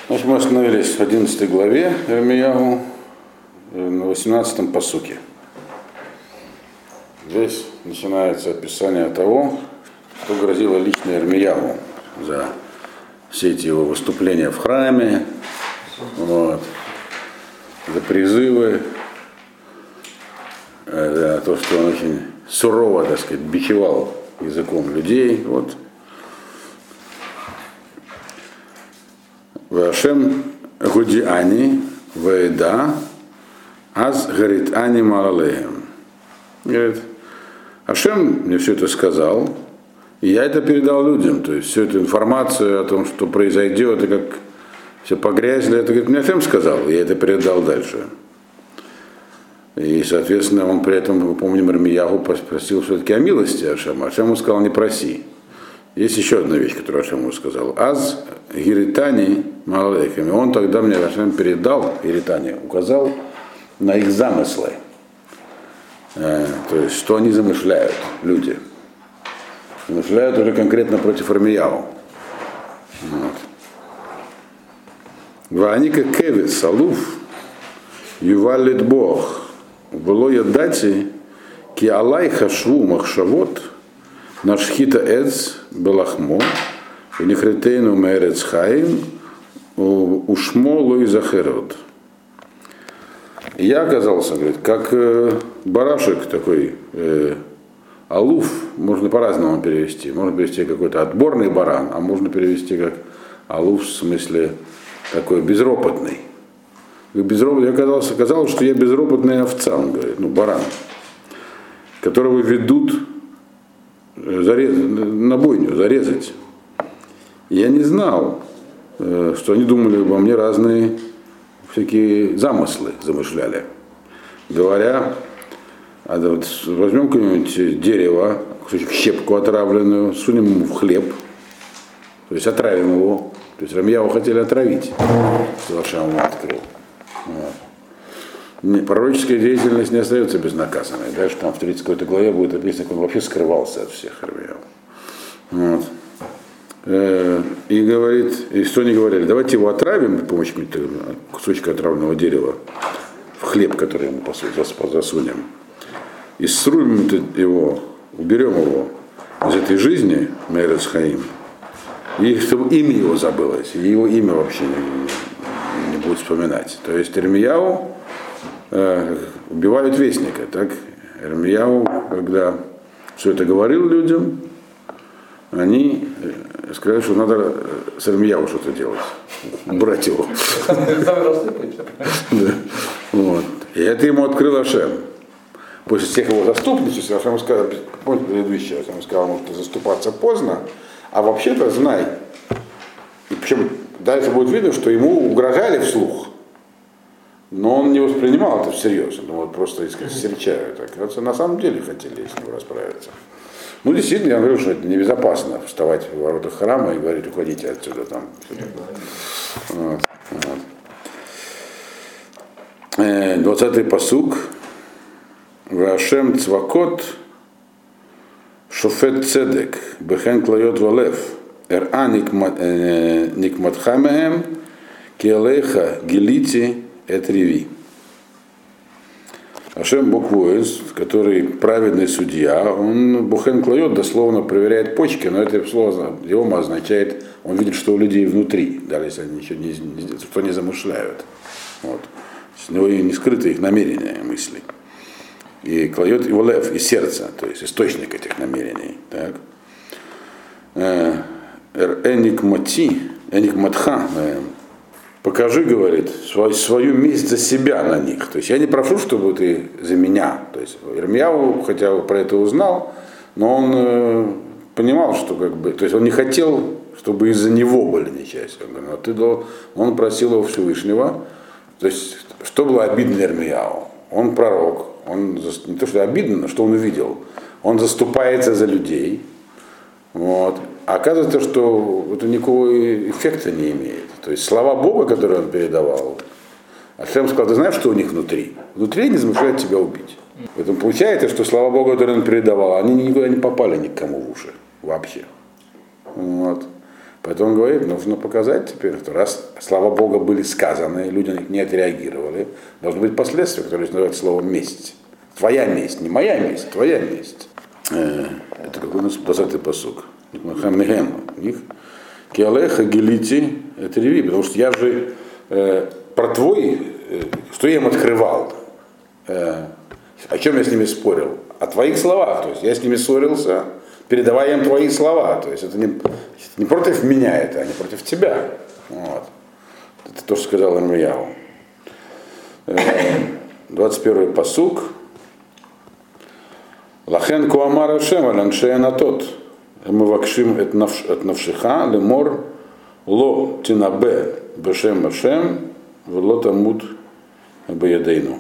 Значит, мы остановились в 11 главе Ирмиягу, на 18 пасуке. Здесь начинается описание того, что грозило лично Ирмиягу за все эти его выступления в храме, за призывы, за то, что он очень сурово, так сказать, бичевал языком людей. Вашем гудиани вейда аз говорит ани малалеем. Говорит, Ашем мне все это сказал, и я это передал людям. То есть всю эту информацию о том, что произойдет, и как все погрязли, это, говорит, мне Ашем сказал, и я это передал дальше. И, соответственно, он при этом, мы помним, Ирмиягу просил все-таки о милости Ашема. Ашем ему сказал, не проси. Есть еще одна вещь, которую Ашем ему сказал. Аз гиритани малалейхами. Он тогда мне Ашем передал, гиритани, указал на их замыслы. То есть, что они замышляют, люди. Замышляют уже конкретно против Ирмиягу. Ваника кевис салуф ювалит Бог. Было ядати ки алай хашву махшавот нашхита эц белахмо унихретейну мерец хаим ушмо луи захерот. Я оказался, говорит, как барашек такой, алуф, можно по-разному перевести. Можно перевести какой-то отборный баран, а можно перевести как алуф в смысле такой безропотный. Я оказалось, что я безропотная овца, он говорит, баран, которого ведут на бойню, зарезать. Я не знал, что они думали обо мне разные всякие замыслы замышляли. Говоря, возьмем какое-нибудь дерево, щепку отравленную, сунем ему в хлеб, то есть отравим его. То есть Ирмиягу хотели отравить, что Ашем ему открыл. Пророческая деятельность не остается безнаказанной. Дальше там в 30 главе будет описано, как он вообще скрывался от всех Ирмиягу. И говорит, и что они говорили, давайте его отравим при помощи кусочка отравленного дерева в хлеб, который ему засунем, и срубим его, уберем его из этой жизни, Мерец Хаим, и чтобы имя его забылось, и его имя вообще не будет вспоминать. То есть Ирмиягу убивают вестника. Так? Ирмиягу, когда все это говорил людям, они сказали, что надо с Ирмиягу что-то делать, брать его. И это ему открыл Ашем. После всех его заступничеств, Ашем сказал, помните предыдущее, Ашем сказал, может заступаться поздно, а вообще-то знай. И причем дальше будет видно, что ему угрожали вслух, но он не воспринимал это всерьез. Он думал, просто, так сказать, серчают. На самом деле хотели с ним расправиться. Действительно, я говорю, что это небезопасно вставать в воротах храма и говорить, уходите отсюда там. 20-й пасук. Вашем цвакот шофет цедек бехен клайот валев эр никматхамеем киалеха гилити этриви. Ашем Бог воинств, который праведный судья, он Бухен Клайот дословно проверяет почки, но это слово его означает, он видит, что у людей внутри, даже если они еще что не замышляют. У него и не скрыты их намерения, мысли. И Клайот его лев, и сердце, то есть источник этих намерений. Эникматха, покажи, говорит, свою месть за себя на них. То есть я не прошу, чтобы ты за меня. То есть Ирмиягу, хотя про это узнал, но он понимал, что то есть он не хотел, чтобы из-за него были несчастья. Он просил его Всевышнего. То есть что было обидно Ирмиягу? Он пророк, он не то, что обидно, но что он увидел. Он заступается за людей. А оказывается, что это никакого эффекта не имеет. То есть слова Бога, которые он передавал, Ашем сказал, ты знаешь, что у них внутри? Внутри они замышляют тебя убить. Поэтому получается, что слова Бога, которые он передавал, они никуда не попали никому в уши. Вообще. Поэтому он говорит, нужно показать теперь, что раз слова Бога были сказаны, люди на них не отреагировали, должны быть последствия, которые называют словом месть. Твоя месть, не моя месть, твоя месть. Это какой у нас 20-й пасук. У них Киалеха Гелити это реви, потому что я же про твой, что я им открывал, о чем я с ними спорил, о твоих словах, то есть я с ними ссорился, передавая им твои слова, то есть это не против меня, это а не против тебя. Вот. Это то, что сказал Ирмияу. 21-й пасук. Лахен куамар Ашем аль-аншей анатот. Мы вакшим от навшиха лемор ло тинабе бешем Ашем вло тамут беядейну.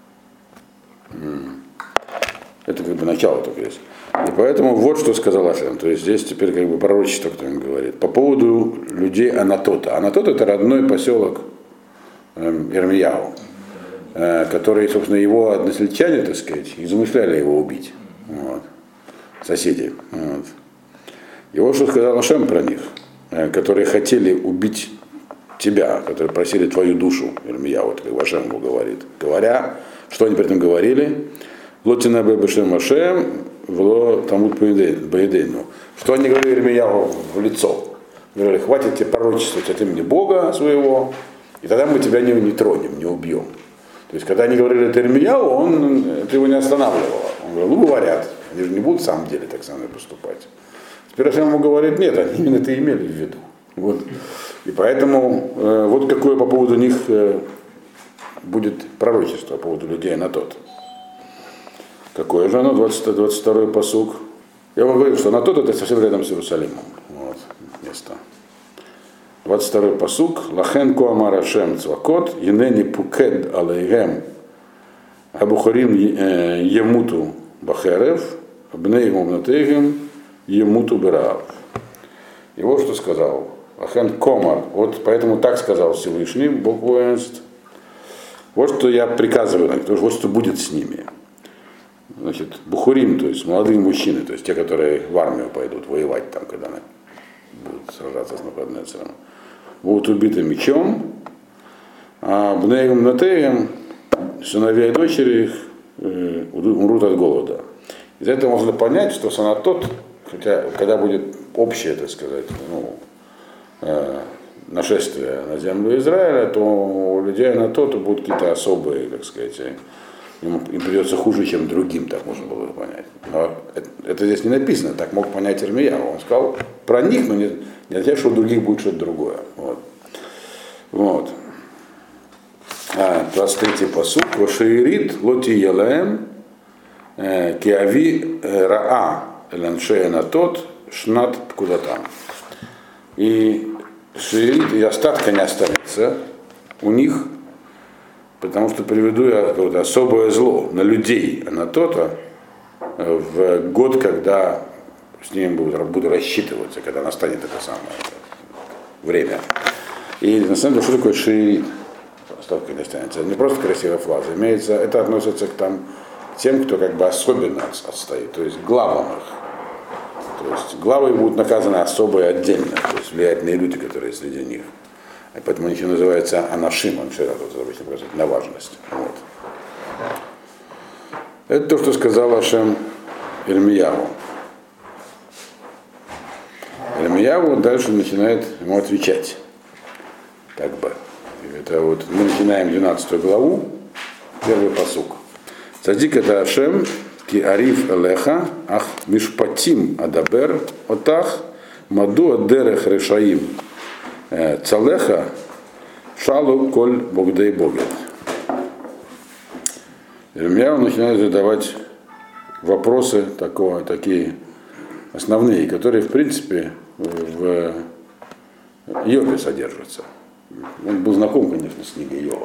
Это как бы начало только есть. И поэтому вот что сказал Ашем. То есть здесь теперь как бы пророчество, кто им говорит. По поводу людей Анатота. Анатот это родной поселок Ирмияу, который, собственно, его односельчане, так сказать, и замышляли его убить. Вот. Соседи. Вот. И вот что сказал Ашем про них, которые хотели убить тебя, которые просили твою душу, Ирмияу, вот как Ашем ему говорит. Говоря, что они при этом говорили? Лотина бешем Ашем, вло тамут баедейну. Что они говорили Ирмияу в лицо? Говорили, хватит тебе пророчествовать от имени Бога своего, и тогда мы тебя не тронем, не убьем. То есть, когда они говорили это Ирмияу, это его не останавливало. Он говорил, ну говорят, они же не будут в самом деле так со мной поступать. Теперь Ашем ему говорит, нет, они именно это имели в виду. Вот. И поэтому вот какое по поводу них будет пророчество, по поводу людей на тот. Какое же оно, 22-й пасук. Я вам говорю, что на тот это совсем рядом с Иерусалимом. Вот место. 22-й пасук. Лахен коамар Ашем цвакот, енени пукед алейгем, абухарим емуту бахерев, бнейгум натейгем, емуту бераав. И вот что сказал. Лахен комар. Вот поэтому так сказал Всевышний, Бог воинств. Вот что я приказываю, вот что будет с ними. Значит, бухурим, то есть молодые мужчины, то есть те, которые в армию пойдут воевать там, когда они будут сражаться с Навуходоносором, будут убиты мечом, а бнеем натеем, сыновья и дочери их умрут от голода. Из этого можно понять, что Санатот, хотя когда будет общее, так сказать, нашествие на землю Израиля, то у людей Анатота будут какие-то особые, так сказать, им придется хуже, чем другим, так можно было бы понять. Но это здесь не написано, так мог понять Ирмияу. Он сказал про них, но не означает, что у других будет что-то другое. Вот. 23-й пасук. Вашиирит лоти ялаем киави раа эланшея натот шнат пкудатам. И шиирит, и остатка не останется у них, потому что приведу я особое зло на людей, на то-то в год, когда с ними буду рассчитываться, когда настанет это самое время. И на самом деле, что такое шиирит? Остатка не останется. Это не просто красивая фраза. Имеется, это относится к тем, кто как бы особенно отстоит, то есть главам их. То есть главы будут наказаны особо и отдельно, то есть влиятельные люди, которые среди них. И поэтому они еще называются анашим, он всегда обычно показывает на важность. Вот. Это то, что сказал Ашем Ирмияу. Ирмияу дальше начинает ему отвечать. Как бы. Это вот мы начинаем 12 главу, первый пасук. Цадик это Ашем, ки ариф элеха, ах мишпатим адабер, отах, маду адерех решаим. Цалеха шалу коль богдей богет. Ирмияу начинает задавать вопросы такие основные, которые в принципе в Иове содержатся. Он был знаком, конечно, с книгой Иова.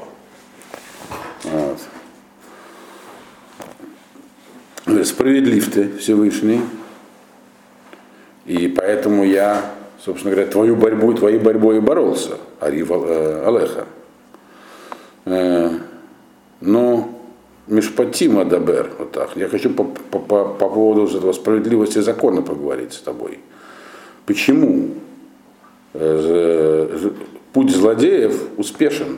Вот. Справедлив ты, Всевышний, и поэтому я, собственно говоря, твоей борьбой и боролся, Ариф Алеха. Но Мишпатима Дабер, вот так. Я хочу по поводу этого справедливости закона поговорить с тобой. Почему путь злодеев успешен.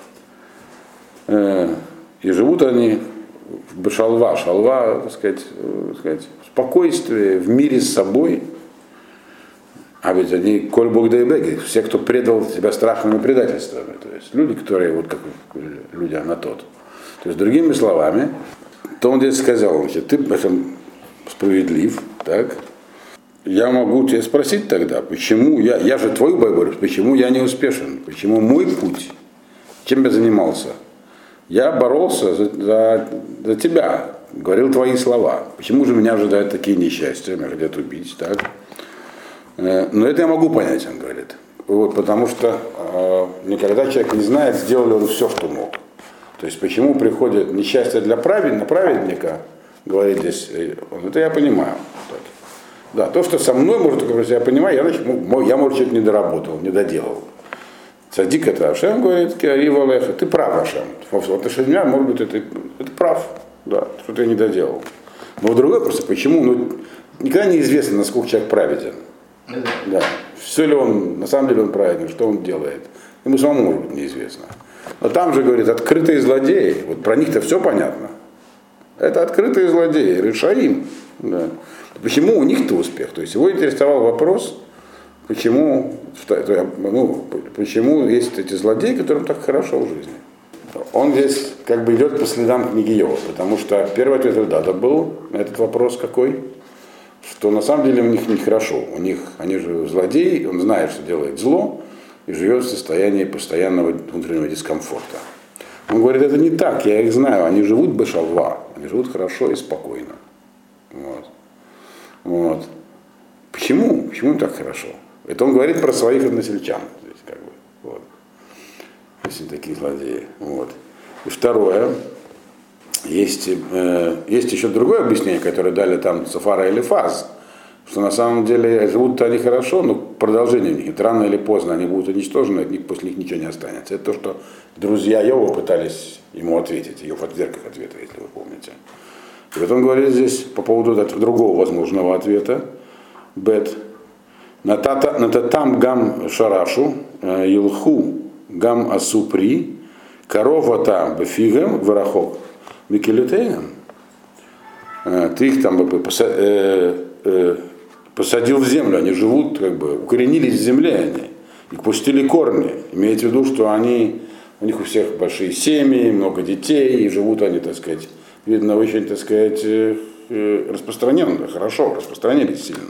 И живут они в Бешалва. Шалва, так сказать, спокойствие, в мире с собой. А ведь они коль бог да и беги, все, кто предал себя страшными предательствами. То есть люди, которые, вот как люди Анатот. То есть, другими словами, то он здесь сказал, значит, ты в этом справедлив, так? Я могу тебя спросить тогда, почему, я же твой борец, почему я не успешен, почему мой путь, чем я занимался? Я боролся за тебя, говорил твои слова. Почему же меня ожидают такие несчастья, меня хотят убить, так? Но это я могу понять, он говорит. Вот, потому что никогда человек не знает, сделал ли он все, что мог. То есть почему приходит несчастье для праведника, говорит здесь, это я понимаю. Так. Да, то, что со мной, может, я понимаю, я, может, что-то не доработал, не доделал. Садик это Ашем говорит, ты прав, Ашем. В отношении меня, может быть, это прав, да, что-то я не доделал. Но другой просто, почему, никогда неизвестно, насколько человек праведен. Да. Все ли он, на самом деле он праведен, что он делает. Ему самому, может быть, неизвестно. Но там же, говорит, открытые злодеи, вот про них-то все понятно. Это открытые злодеи, решаим. Да. Почему у них-то успех? То есть его интересовал вопрос, почему есть эти злодеи, которым так хорошо в жизни. Он здесь как бы идет по следам книги Иова, потому что первый ответ это был на этот вопрос какой? Что на самом деле у них нехорошо. Они же злодеи, он знает, что делает зло, и живет в состоянии постоянного внутреннего дискомфорта. Он говорит, это не так, я их знаю, они живут бешалва, они живут хорошо и спокойно. Вот. Почему? Почему им так хорошо? Это он говорит про своих односельчан. Здесь, как бы, вот. Если такие злодеи. Вот. И второе, есть еще другое объяснение, которое дали там Цофар и Элифаз, что на самом деле живут-то они хорошо, но продолжение у них, рано или поздно они будут уничтожены, от них после них ничего не останется. Это то, что друзья Иова пытались ему ответить. Иов отверг их ответа, если вы помните. И вот он говорит здесь по поводу другого возможного ответа. Бет. Нататам гам шарашу, илху гам асупри, корова бефигам варахок микелетейном. Ты их там посадил в землю, они живут, как бы, укоренились в земле они, и пустили корни. Имеется в виду, что у них у всех большие семьи, много детей, и живут они, так сказать, видно, очень, так сказать, распространенно, хорошо, распространились сильно.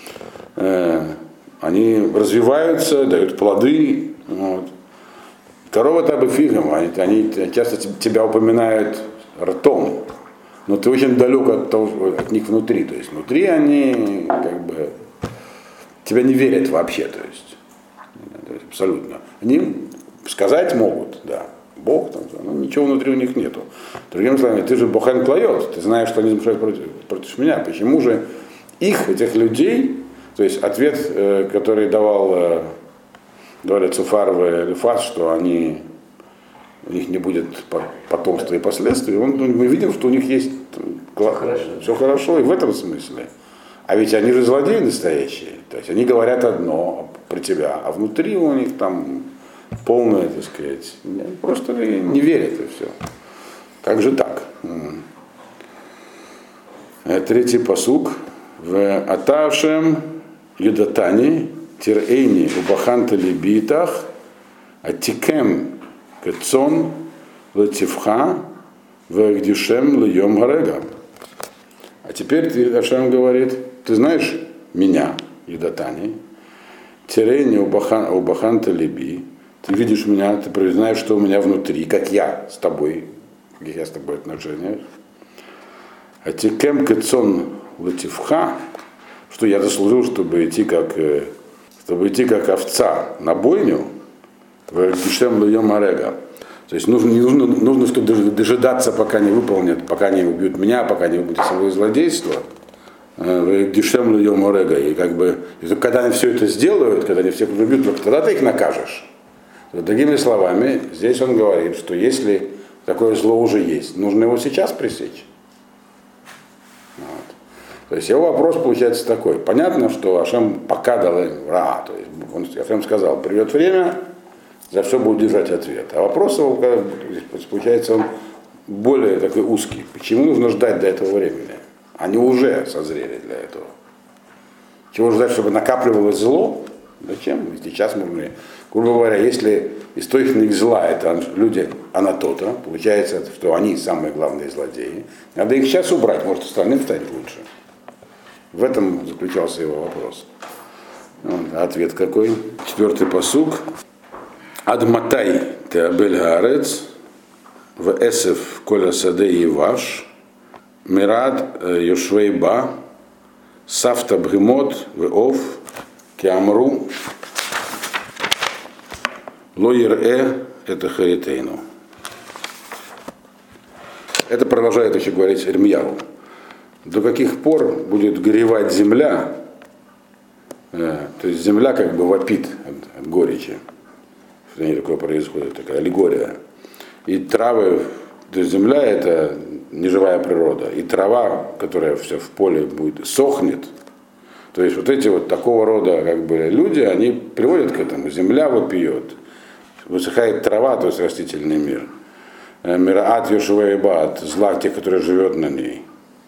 Они развиваются, дают плоды. Вот. Корова табы фигом, они часто тебя упоминают ртом, но ты очень далек от них внутри. То есть внутри они как бы тебя не верят вообще, то есть абсолютно. Они сказать могут, да. Бог, там, но ничего внутри у них нету. Другими словами, ты же Бохан Клайот, ты знаешь, что они замышляют против меня. Почему же этих людей, то есть ответ, который давали Цуфар и Элифаз, что у них не будет потомства и последствий, мы видим, что у них есть все хорошо и в этом смысле. А ведь они же злодеи настоящие. То есть они говорят одно про тебя, а внутри у них там полное, так сказать, просто не верят и все. Как же так? Третий пасук. В Атавшем Юдатани Тирейни Убаханта Либитах Атикем Кецон Лативха Вагдишем Льем Гарега. А теперь Ашем говорит, ты знаешь меня, Юдатани, Тирейни Убаханта Либи. Ты видишь меня, ты знаешь, что у меня внутри, как я с тобой, как я с тобой в отношениях. А тикем кецон лативха, что я заслужил, чтобы идти как овца на бойню, в дешем льем орега. То есть нужно чтобы дожидаться, пока не выполнят, пока не убьют меня, пока не убьют свое злодейство. В дешем льем орега. И как бы, когда они все это сделают, когда они всех убьют, только тогда ты их накажешь. Другими словами, здесь он говорит, что если такое зло уже есть, нужно его сейчас пресечь. Вот. То есть его вопрос получается такой. Понятно, что Ашем пока дал им Ра. То есть Ашем сказал, придет время, за все будет держать ответ. А вопрос его, получается, он более такой узкий. Почему нужно ждать до этого времени? Они уже созрели для этого. Чего ждать, чтобы накапливалось зло? Зачем? Сейчас можно, грубо говоря, если источник зла это люди Анатота, получается, что они самые главные злодеи, надо их сейчас убрать, может остальным стать лучше. В этом заключался его вопрос. Ответ какой? 4-й пасук. Адматай теабель гаарец, в эсеф коля саде еваш, мирад юшвейба, сафта бгемот в ов, киамру, лоир это харитейну. Это продолжает еще говорить Ирмияу. До каких пор будет горевать земля, то есть земля как бы вопит от горечи. Что не такое происходит, такая аллегория. И травы, то есть земля это неживая природа, и трава, которая все в поле будет, сохнет. То есть вот эти вот такого рода как бы люди, они приводят к этому. Земля вопиет, высыхает трава, то есть растительный мир. Мираат Йошуэйбат, зла тех, которые живет на ней.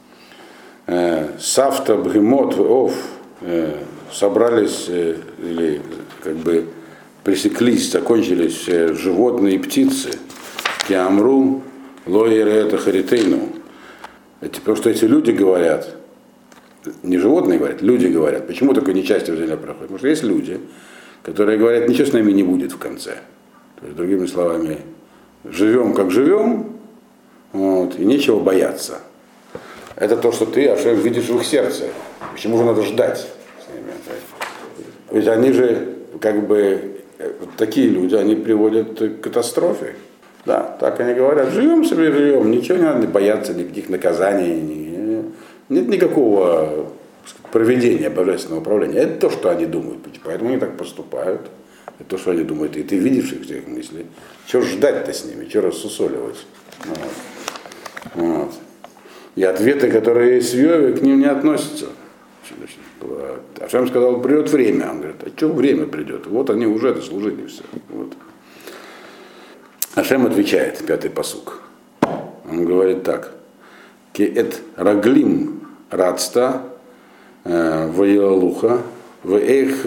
Сафта, Бгемот, Ов собрались или как бы пресеклись, закончились все животные и птицы. Киамру, Лоире это Харитейну. Потому что эти люди говорят, не животные говорят, люди говорят. Почему такое нечастие в земле проходит? Потому что есть люди, которые говорят, ничего с нами не будет в конце. То есть, другими словами, живем как живем, вот, и нечего бояться. Это то, что ты, Ашем, видишь в их сердце. Почему же надо ждать с ними? Ведь они же, как бы, такие люди, они приводят к катастрофе. Да, так они говорят, живем себе, живем, ничего не надо бояться, никаких наказаний, нет никакого проведения божественного управления. Это то, что они думают, поэтому они так поступают. Это то, что они думают, и ты видишь их всех мыслей. Чего ждать-то с ними, чего рассусоливать? Вот. И ответы, которые есть в Йове, к ним не относятся. Ашем сказал, придет время. Он говорит, а что время придет? Вот они уже дослужили все. Вот. Ашем отвечает, 5-й пасук. Он говорит так. Кеэт раглим радста ваялуха в эйх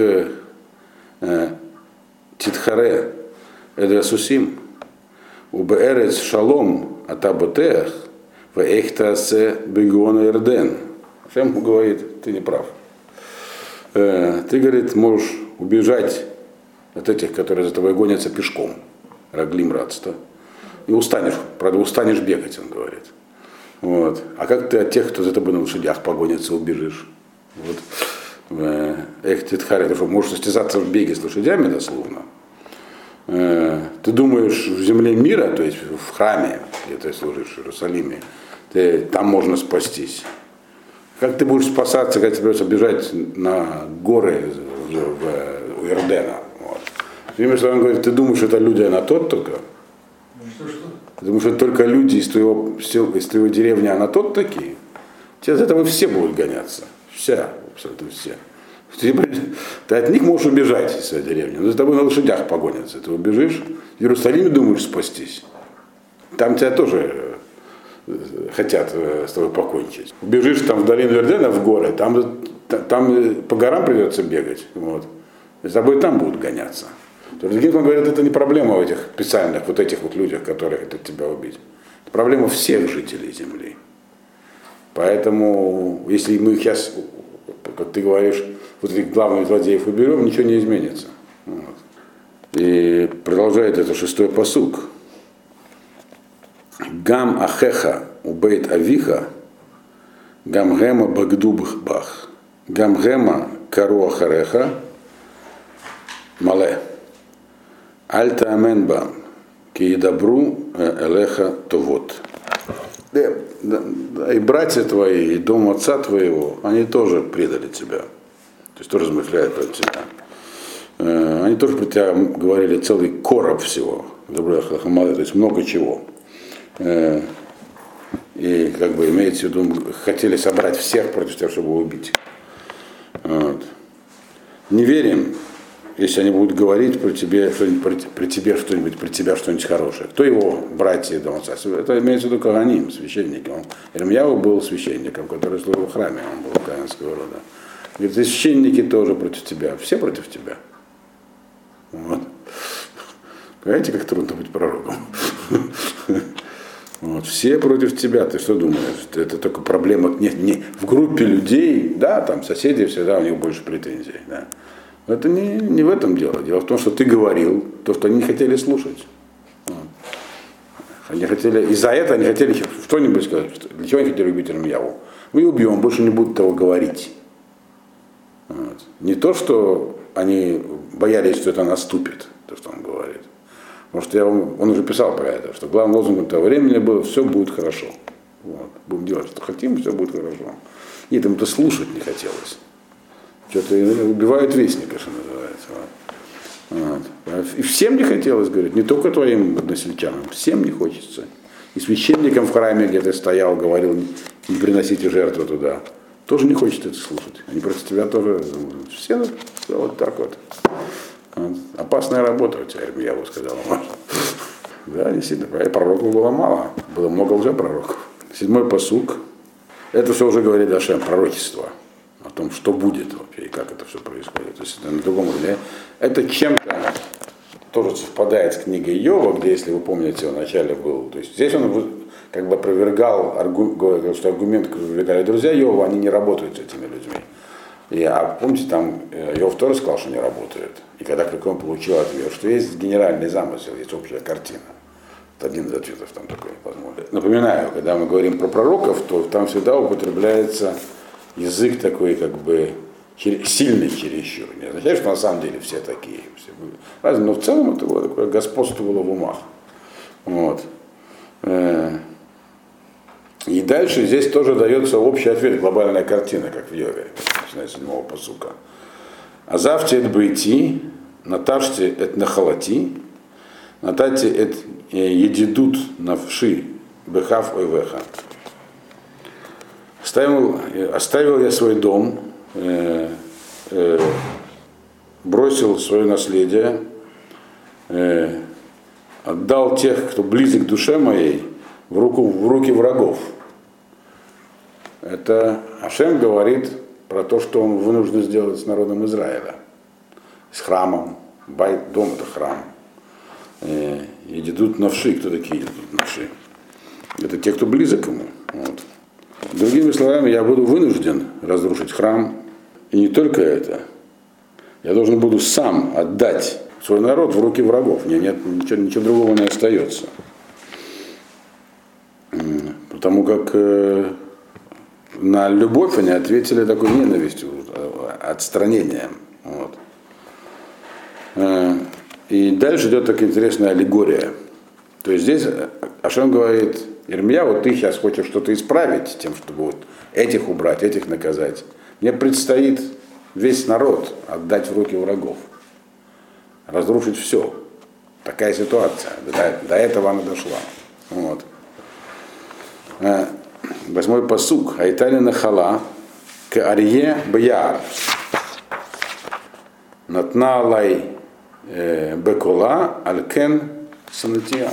титхаре эдасусим убеэрец шалом атаботех в эйх тасе бегона ирден. Ашем говорит, ты не прав. Ты, говорит, можешь убежать от этих, которые за тобой гонятся пешком. Раглим радста. И устанешь, правда, устанешь бегать, он говорит. Вот. А как ты от тех, кто за тобой на лошадях погонится, убежишь? Вот. Эх, Титхаре, ты что, можешь состязаться в беге с лошадями, дословно? Ты думаешь, в земле мира, то есть в храме, где ты служишь, в Иерусалиме, там можно спастись. Как ты будешь спасаться, когда тебе придется бежать на горы у Иордена? Вот. Понимаешь, что он говорит, ты думаешь, это люди Анатот только? Ты думаешь, это только люди из твоей деревни Анатот такие? Тебе от этого все будут гоняться. Абсолютно все. Ты от них можешь убежать из своей деревни, но за тобой на лошадях погонятся. Ты убежишь, в Иерусалиме думаешь спастись. Там тебя тоже хотят с тобой покончить. Убежишь там в долину Иордена, в горы, там по горам придется бегать. Вот. И за тобой там будут гоняться. Другим говорят, это не проблема у этих специальных, вот этих вот людях, которые хотят тебя убить. Это проблема всех жителей Земли. Поэтому, если мы сейчас, как ты говоришь, вот этих главных злодеев уберем, ничего не изменится. Вот. И продолжает это 6-й пасук. Гам ахеха убейт авиха, гам гема багдубх бах, гам гема кару ахареха, мале. Альта аменба, ки добру элеха товот. И братья твои, и дом отца твоего, они тоже предали тебя. То есть тоже размышляют про тебя. Они тоже про тебя говорили целый короб всего. То есть много чего. И И как бы имеется в виду, хотели собрать всех против того, чтобы убить. Вот. Не верим, если они будут говорить про тебя что-нибудь хорошее. Кто его братья дома царства? Это имеется в виду Коганим, священники. Ирмияу был священником, который служил в храме, он был коганского рода. Говорит, и священники тоже против тебя, все против тебя. Вот. Понимаете, как трудно быть пророком? Вот, все против тебя, ты что думаешь? Это только проблема не в группе людей, да, там соседи всегда у них больше претензий. Да. Но это не в этом дело. Дело в том, что ты говорил то, что они не хотели слушать. Вот. Они хотели, и за это они хотели что-нибудь сказать. Для чего они хотели убить Ирмияву? Мы убьем, больше не будут того говорить. Вот. Не то, что они боялись, что это наступит, то, что он говорит. Потому что он уже писал про это, что главным лозунгом того времени было «все будет хорошо». Вот. Будем делать, что хотим, все будет хорошо. Нет, им-то слушать не хотелось. Что-то убивают вестника, что называется. Вот. И всем не хотелось, говорить, не только твоим односельчанам, всем не хочется. И священникам в храме, где ты стоял, говорил, не приносите жертву туда, тоже не хочется это слушать. Они против тебя тоже, все вот так вот. Опасная работа у тебя, я бы сказал. Да, действительно, пророков было мало, было много лжепророков. 7-й пасук, это все уже говорит Ашем, пророчество, о том, что будет вообще и как это все происходит. То есть это на другом уровне. Это чем-то тоже совпадает с книгой Иова, где, если вы помните, в начале был. То есть здесь он как бы опровергал, говорил, что аргументы, которые выдвигали друзья Иова, они не работают с этими людьми. А помните, там Иов тоже сказал, что не работает. И когда он получил ответ, что есть генеральный замысел, есть общая картина. Это один из ответов там такой, возможно. Напоминаю, когда мы говорим про пророков, то там всегда употребляется язык такой, как бы, сильный чересчур. Не означает, что на самом деле все такие. Все были. Но в целом это было такое господствовало в умах. Вот. И дальше здесь тоже дается общий ответ, глобальная картина, как в Йове, начиная с 7-го пасука. Азавте эт бейти, наташте эт нахалати, натати эт едидут навши бехав ойвеха. Оставил я свой дом, бросил свое наследие, отдал тех, кто близок к душе моей, в руки врагов. Это Ашем говорит про то, что он вынужден сделать с народом Израиля. С храмом. Байт, дом это храм. И идут навши. Кто такие идут навши? Это те, кто близок к ему. Вот. Другими словами, я буду вынужден разрушить храм. И не только это. Я должен буду сам отдать свой народ в руки врагов. Мне ничего другого не остается. Потому как на любовь они ответили такой ненавистью, отстранением. Вот. И дальше идет такая интересная аллегория. То есть здесь Ашем говорит, Ирмия, вот ты сейчас хочешь что-то исправить тем, чтобы вот этих убрать, этих наказать. Мне предстоит весь народ отдать в руки врагов. Разрушить все. Такая ситуация. До этого она дошла. Вот. 8-й пасук. Айтали нахала к арье бяр. Натна лай бекола алькен санатия.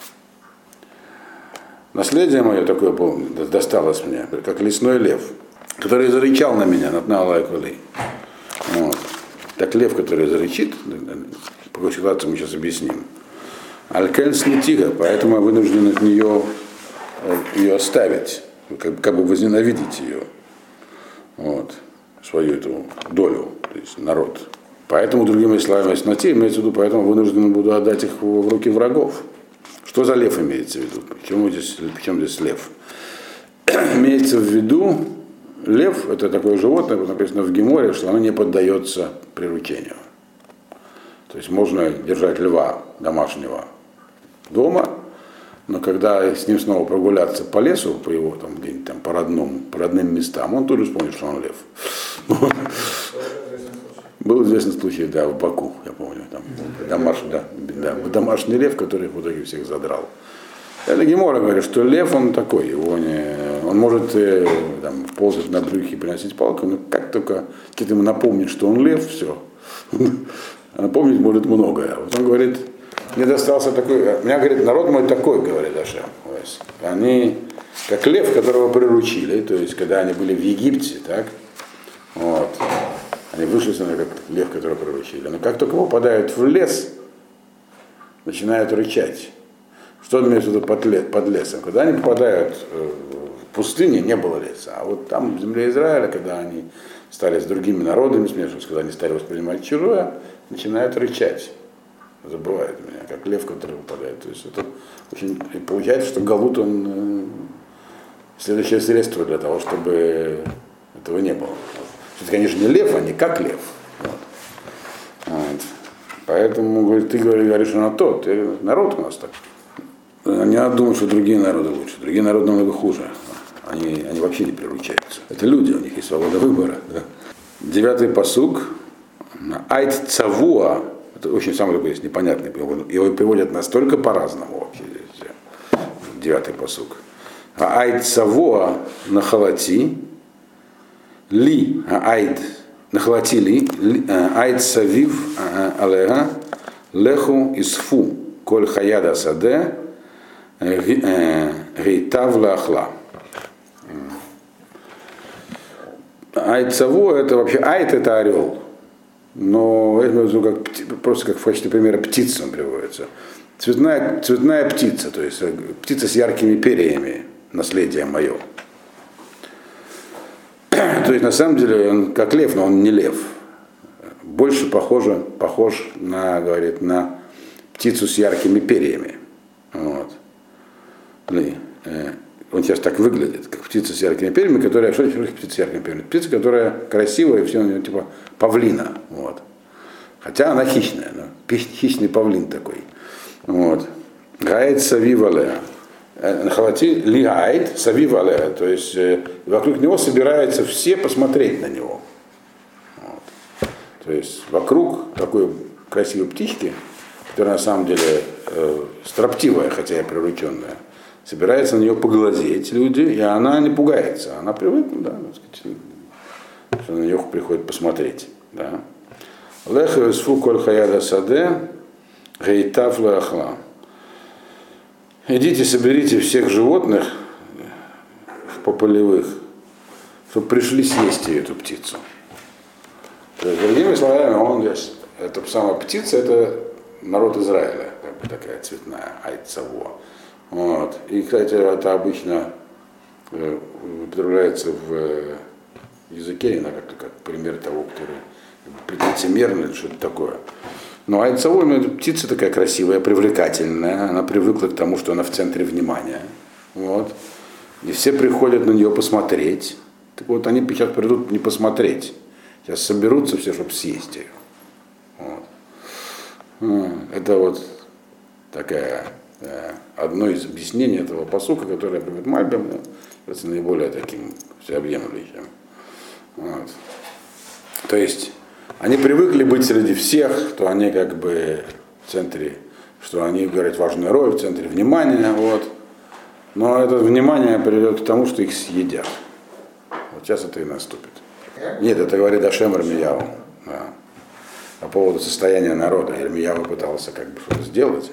Наследие мое такое досталось мне, как лесной лев, который зарычал на меня, натна лай кулей. Вот. Так лев, который зарычит, по какой ситуации мы сейчас объясним. Алькен санатига, поэтому я вынужден от нее оставить, как бы возненавидеть ее, вот, свою эту долю, то есть народ. Поэтому, другими словами, снати имеется в виду, поэтому вынужден буду отдать их в руки врагов. Что за лев имеется в виду? Почему здесь лев? Имеется в виду, лев это такое животное, написано в Геморе, что оно не поддается приручению. То есть можно держать льва домашнего дома, но когда с ним снова прогуляться по лесу, по его там где-нибудь там по родным местам, он тут же вспомнит, что он лев. Был известный случай, да, в Баку, я помню, там домашний лев, который в итоге всех задрал. Это Гемора говорит, что лев, он такой, он может там, ползать на брюхе и приносить палку, но как только кто-то ему напомнит, что он лев, все. Напомнить может многое. Вот он говорит, мне достался такой, меня, говорит, народ мой такой, говорит Ашем. Они как лев, которого приручили, то есть когда они были в Египте, так, вот, они вышли как лев, которого приручили. Но как только попадают в лес, начинают рычать. Что имеется в виду под лесом? Когда они попадают в пустыне, не было леса. А вот там, в земле Израиля, когда они стали с другими народами смешиваться, когда они стали воспринимать чужое, начинают рычать. Забывают меня, как лев, который выпадает. То есть это очень... И получается, что галут, он следующее средство для того, чтобы этого не было. Это, конечно, не лев, а не как лев. Вот. Поэтому, говорит, ты говоришь, что на тот, народ у нас так. Не надо думать, что другие народы лучше. Другие народы намного хуже. Они вообще не приручаются. Это люди, у них есть свобода выбора. Да? 9-й пасук. Айт цавуа. Это очень самый такой непонятный. Его переводят настолько по-разному вообще. 9-й пасук. Айт цавуа нахалати. Ли айт нахалати ли. Айт савив алега. Леху исфу. Коль хаяда саде. Гейтавла ахла. Айцаво это вообще айт это орел. Но это как, просто как в качестве примера птица он приводится. Цветная птица, то есть птица с яркими перьями, наследие мое. То есть на самом деле он как лев, но он не лев. Больше похож на, говорит, на птицу с яркими перьями. Вот. Он сейчас так выглядит, как птица с яркими перьями, которая, что значит птица с яркими перьями? Птица, которая красивая, и все у нее типа павлина. Вот. Хотя она хищная, хищный павлин такой. Вот. Гаэт савивалеа. Нахалати ли гаэт савивалеа. То есть вокруг него собираются все посмотреть на него. Вот. То есть вокруг такой красивой птички, которая на самом деле строптивая, хотя и прирученная, собирается на нее поглазеть люди, и она не пугается. Она привыкла, да, сказать, что на нее приходит посмотреть. Да. Леха исфу коль хаяда саде, гейтав леахла. Идите, соберите всех животных полевых, чтобы пришли съесть ее, эту птицу. То есть, другими словами, эта самая птица, это народ Израиля, как бы такая цветная, айцаво. Вот. И, кстати, это обычно употребляется в языке, иногда как пример того, который лицемерный или что-то такое. Но айцаво, птица такая красивая, привлекательная, она привыкла к тому, что она в центре внимания. Вот. И все приходят на нее посмотреть. Так вот, они сейчас придут не посмотреть. Сейчас соберутся все, чтобы съесть ее. Вот. Это вот такая одно из объяснений этого пасука, которое приводит Мальбим, это наиболее таким всеобъемлющим. Вот. То есть они привыкли быть среди всех, что они как бы в центре, что они играют важную роль, в центре внимания. Вот. Но это внимание приведет к тому, что их съедят. Вот сейчас это и наступит. Нет, это говорит Ашем Ирмияу. Да. По поводу состояния народа. Ирмияу пытался как бы что-то сделать.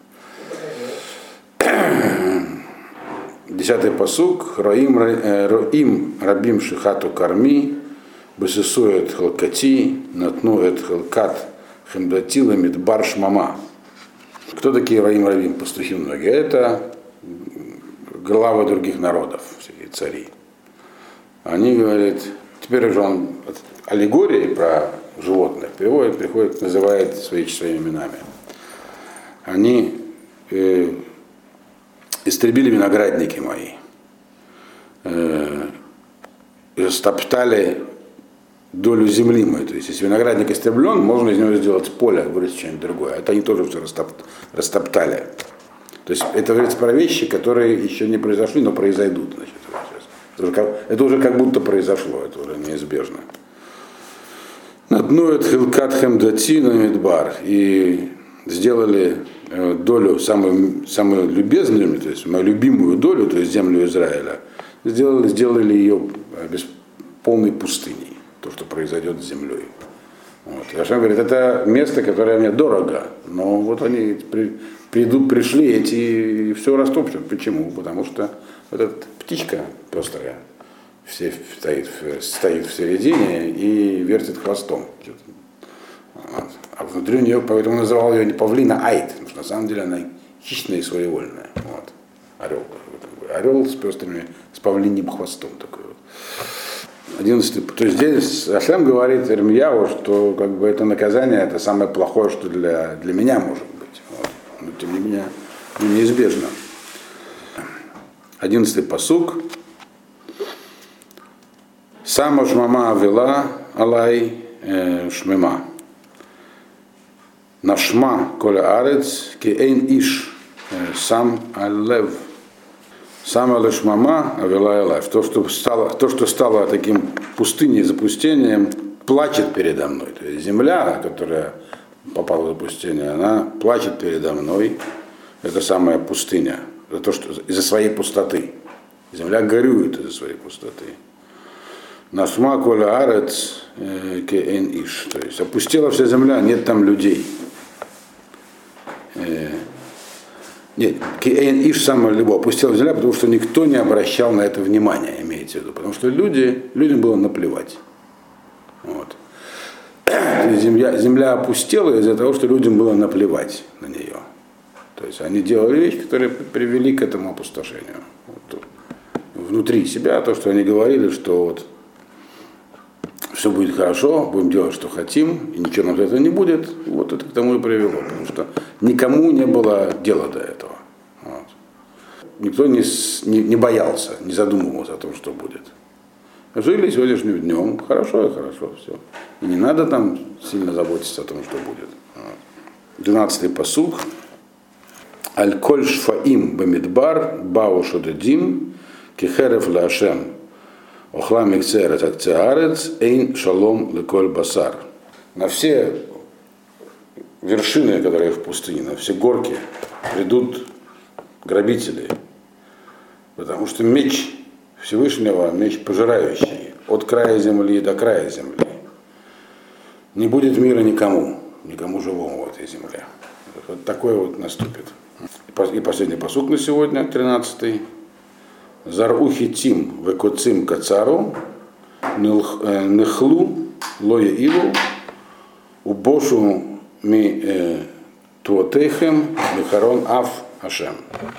10-й пасук. Роим рабим шихату карми, бесесует халкати, натнует халкат хемдатила мидбар шмама. Кто такие роим рабим, пастухи многие? Это главы других народов, всякие цари. Они говорят, теперь уже он аллегории про животных приходит, называет своими именами. Они истребили виноградники мои, стоптали долю земли моей. То есть, если виноградник истреблен, можно из него сделать поле, вырастить что-нибудь другое. Это они тоже все растоптали. То есть, это говорится про вещи, которые еще не произошли, но произойдут. Значит, это уже как будто произошло, это уже неизбежно. На дну это хилкат хемдати на медбар. И сделали долю, самую любезную, то есть мою любимую долю, то есть землю Израиля, сделали ее полной пустыней, то, что произойдет с землей. Вот. И Ашем говорит, это место, которое мне дорого, но вот они пришли эти и все растопчут. Почему? Потому что вот эта птичка пестрая стоит в середине и вертит хвостом. Вот. А внутри у нее, поэтому называл ее не павлина, а айд, потому что на самом деле она хищная и своевольная. Вот. Орел. Орел с с павлиним хвостом такой вот. 11. То есть здесь Ашем говорит Ирмияу, что как бы это наказание, это самое плохое, что для меня может быть. Вот. Но тем не менее неизбежно. 11 пасук. Сама шмама авила алай шмема. Нашма коля арец кеэйн иш сам аллев. Сама лешмама авила алай. То, что стало таким пустыней, запустением, плачет передо мной. То есть земля, которая попала в запустение, она плачет передо мной. Это самая пустыня. Из-за своей пустоты. Земля горюет из-за своей пустоты. Нашма коля арец кеэйн иш. То есть опустела вся земля, нет там людей. Нет, кеэйн иш самое любое опустила земля, потому что никто не обращал на это внимания, имеется в виду. Потому что людям было наплевать. Вот. Земля опустела из-за того, что людям было наплевать на нее. То есть они делали вещи, которые привели к этому опустошению. Вот. Внутри себя, то, что они говорили, что вот все будет хорошо, будем делать, что хотим, и ничего нам за это не будет, вот это к тому и привело, потому что никому не было дела до этого. Вот. Никто не боялся, не задумывался о том, что будет. Жили сегодняшним днем, хорошо и хорошо, все. И не надо там сильно заботиться о том, что будет. Вот. 12-й пасук. Аль-коль шфаим бамидбар бау шодадим кихерев лашем. Охлам церет акцеарец эйн шалом леколь басар. На все вершины, которые в пустыне, на все горки придут грабители, потому что меч Всевышнего, меч пожирающий, от края земли до края земли. Не будет мира никому живому в этой земле. Вот такое вот наступит. И последний пасук на сегодня, 13-й. Зарухи тим векоцим кацару нехлу лоя илу убошу ми туотехем михарон аф ашем.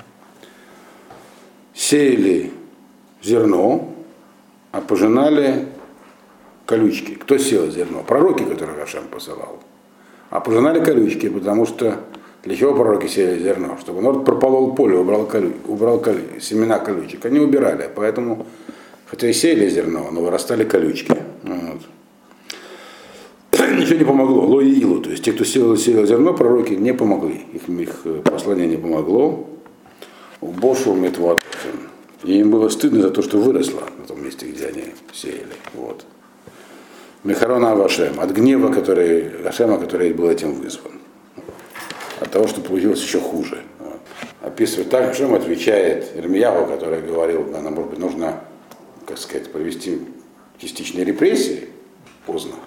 Сеяли зерно, а пожинали колючки. Кто сеял зерно? Пророки, которых Ашем посылал. А пожинали колючки, потому что для чего пророки сеяли зерно? Чтобы народ прополол поле, убрал семена колючек. Они убирали, поэтому, хотя и сеяли зерно, но вырастали колючки. Вот. Ничего не помогло. Ло и Илу, то есть те, кто сеял зерно, пророки не помогли. Их послание не помогло. Бошу метвуат. И им было стыдно за то, что выросло на том месте, где они сеяли. Вот. Мехарона Авашем, от гнева Ашема, который был этим вызван. От того, что получилось еще хуже. Вот. Описывает так, Ашем отвечает Ирмияу, который говорил, нам, может быть, нужно, как сказать, провести частичные репрессии поздно.